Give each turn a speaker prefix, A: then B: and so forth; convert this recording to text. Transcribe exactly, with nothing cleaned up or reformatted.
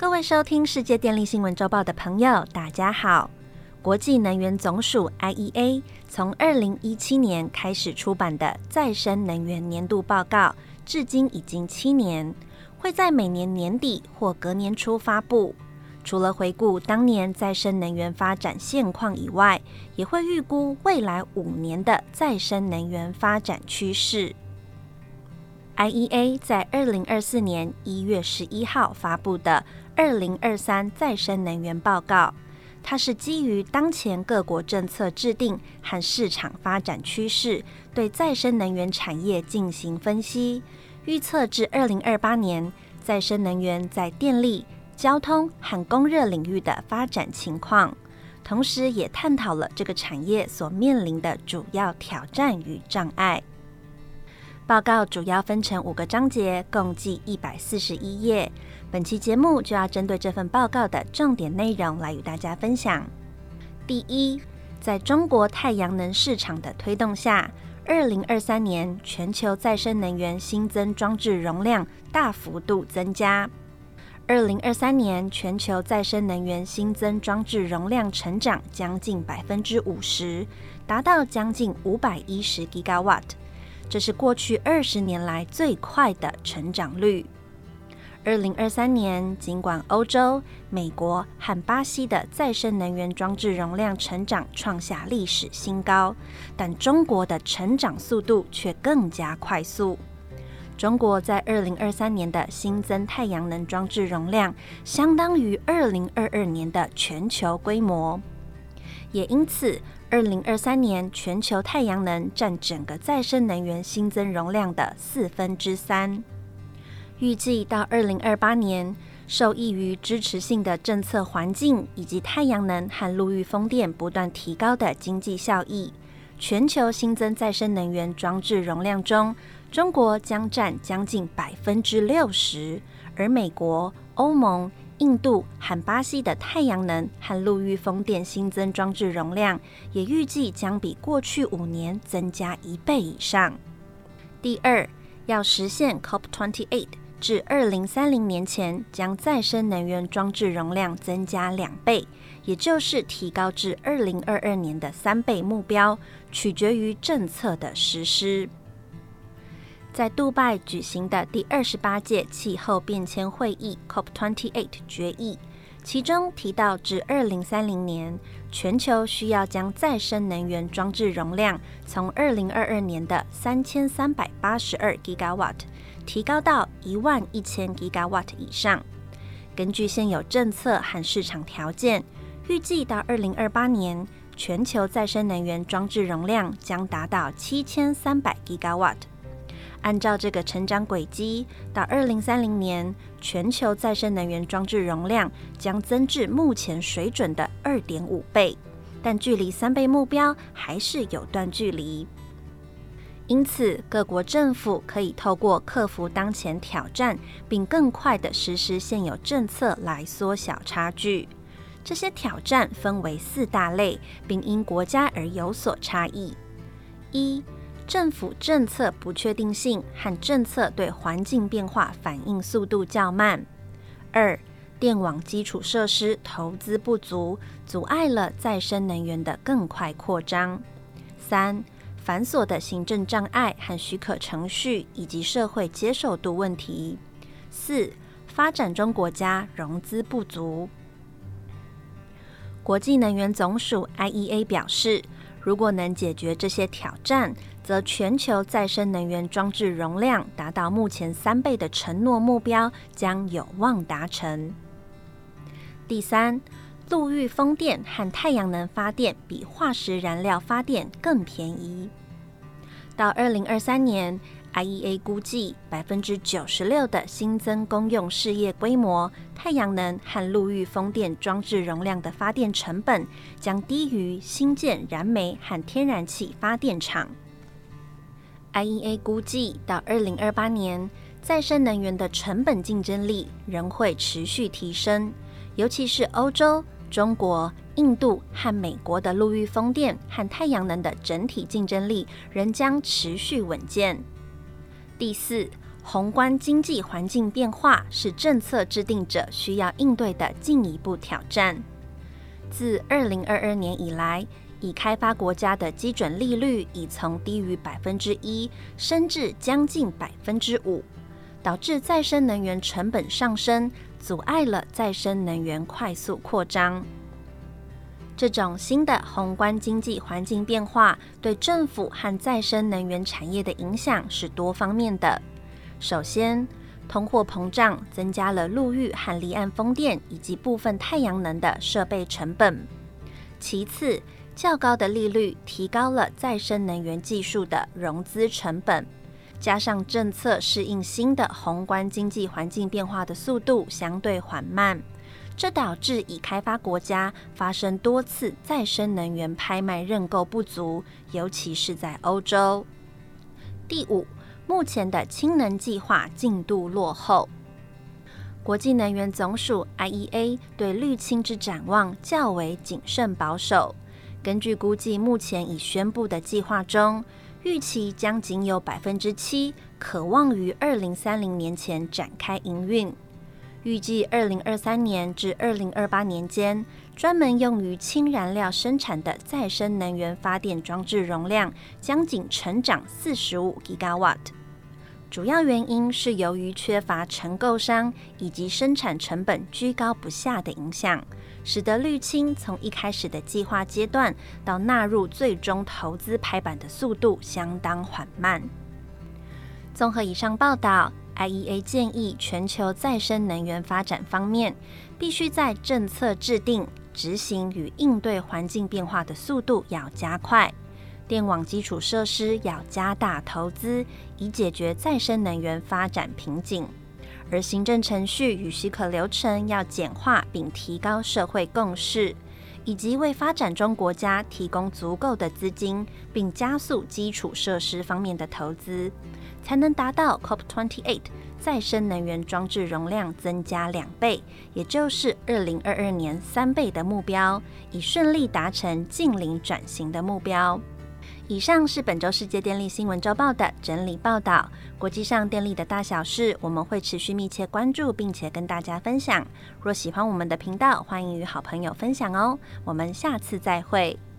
A: 各位收听世界电力新闻周报的朋友，大家好。国际能源总署 I E A 从二零一七年开始出版的再生能源年度报告，至今已经七年，会在每年年底或隔年初发布。除了回顾当年再生能源发展现况以外，也会预估未来五年的再生能源发展趋势。I E A 在二零二四年一月十一号发布的二零二三再生能源报告，它是基于当前各国政策制定和市场发展趋势，对再生能源产业进行分析，预测至二零二八年再生能源在电力、交通和供热领域的发展情况，同时也探讨了这个产业所面临的主要挑战与障碍。报告主要分成五个章节，共计一百四十一页。本期节目就要针对这份报告的重点内容来与大家分享。第一，在中国太阳能市场的推动下，二零二三年全球再生能源新增装置容量大幅度增加。二零二三年全球再生能源新增装置容量成长将近百分之五十，达到将近五百一十 Gigawatt。这是过去二十年来最快的成长率。二零二三年，尽管欧洲、美国和巴西的再生能源装置容量成长创下历史新高，但中国的成长速度却更加快速。中国在二零二三年的新增太阳能装置容量，相当于二零二二年的全球规模。也因此，二零二三年全球太阳能占整个再生能源新增容量的四分之三。预计到二零二八年，受益于支持性的政策环境以及太阳能和陆域风电不断提高的经济效益，全球新增再生能源装置容量中，中国将占将近百分之六十，而美国、欧盟、印度和巴西的太阳能和陆域风电新增装置容量，也预计将比过去五年增加一倍以上。第二，要实现 C O P 二十八， 至二零三零年前将再生能源装置容量增加两倍，也就是提高至二零二二年的三倍目标，取决于政策的实施。在杜拜举行的第二十八届气候变迁会议 C O P 二十八 决议，其中提到至二零三零年，全球需要将再生能源装置容量从二零二二年的三千三百八十二 Gigawatt 提高到一万一千 Gigawatt 以上。根据现有政策和市场条件，预计到二零二八年，全球再生能源装置容量将达到七千三百 Gigawatt。按照这个成长轨迹，到二零三零年，全球再生能源装置容量将增至目前水准的 二点五倍，但距离三倍目标还是有段距离。因此，各国政府可以透过克服当前挑战，并更快地实施现有政策来缩小差距。这些挑战分为四大类，并因国家而有所差异。一、政府政策不确定性和政策对环境变化反应速度较慢。二、电网基础设施投资不足，阻碍了再生能源的更快扩张。三、繁琐的行政障碍和许可程序以及社会接受度问题。四、发展中国家融资不足。国际能源总署 I E A 表示，如果能解决这些挑战，则全球再生能源装置容量达到目前三倍的承诺目标将有望达成。第三，陆域风电和太阳能发电比化石燃料发电更便宜。到二零二三年 I E A 估计 百分之九十六 的新增公用事业规模太阳能和陆域风电装置容量的发电成本将低于新建燃煤和天然气发电厂。I E A 估计到二零二八年，再生能源的成本竞争力仍会持续提升，尤其是欧洲、中国、印度和美国的陆域风电和太阳能的整体竞争力仍将持续稳健。第四， 宏观经济环境变化是政策制定者需要应对的进一步挑战。自二零二二年以来，已开发国家的基准利率已从低于百分之一升至将近百分之五，导致再生能源成本上升，阻碍了再生能源快速扩张。这种新的宏观经济环境变化对政府和再生能源产业的影响是多方面的。首先，通货膨胀增加了陆域和离岸风电以及部分太阳能的设备成本。其次，较高的利率提高了再生能源技术的融资成本，加上政策适应新的宏观经济环境变化的速度相对缓慢，这导致已开发国家发生多次再生能源拍卖认购不足，尤其是在欧洲。第五，目前的氢能计划进度落后。国际能源总署 I E A 对绿氢之展望较为谨慎保守。根据估计，目前已宣布的计划中，预期将仅有 百分之七 可望于二零三零年前展开营运。预计二零二三年至二零二八年间，专门用于氢燃料生产的再生能源发电装置容量将仅成长四十五 吉瓦。主要原因是由于缺乏承购商以及生产成本居高不下的影响，使得绿氢从一开始的计划阶段到纳入最终投资拍板的速度相当缓慢。综合以上报道， I E A 建议全球再生能源发展方面，必须在政策制定、执行与应对环境变化的速度要加快，电网基础设施要加大投资，以解决再生能源发展瓶颈。而行政程序与许可流程要简化并提高社会共识，以及为发展中国家提供足够的资金，并加速基础设施方面的投资，才能达到 C O P 二十八 再生能源装置容量增加两倍，也就是二零二二年三倍的目标，以顺利达成净零转型的目标。以上是本周世界电力新闻周报的整理报道。国际上电力的大小事，我们会持续密切关注，并且跟大家分享。若喜欢我们的频道，欢迎与好朋友分享哦。我们下次再会。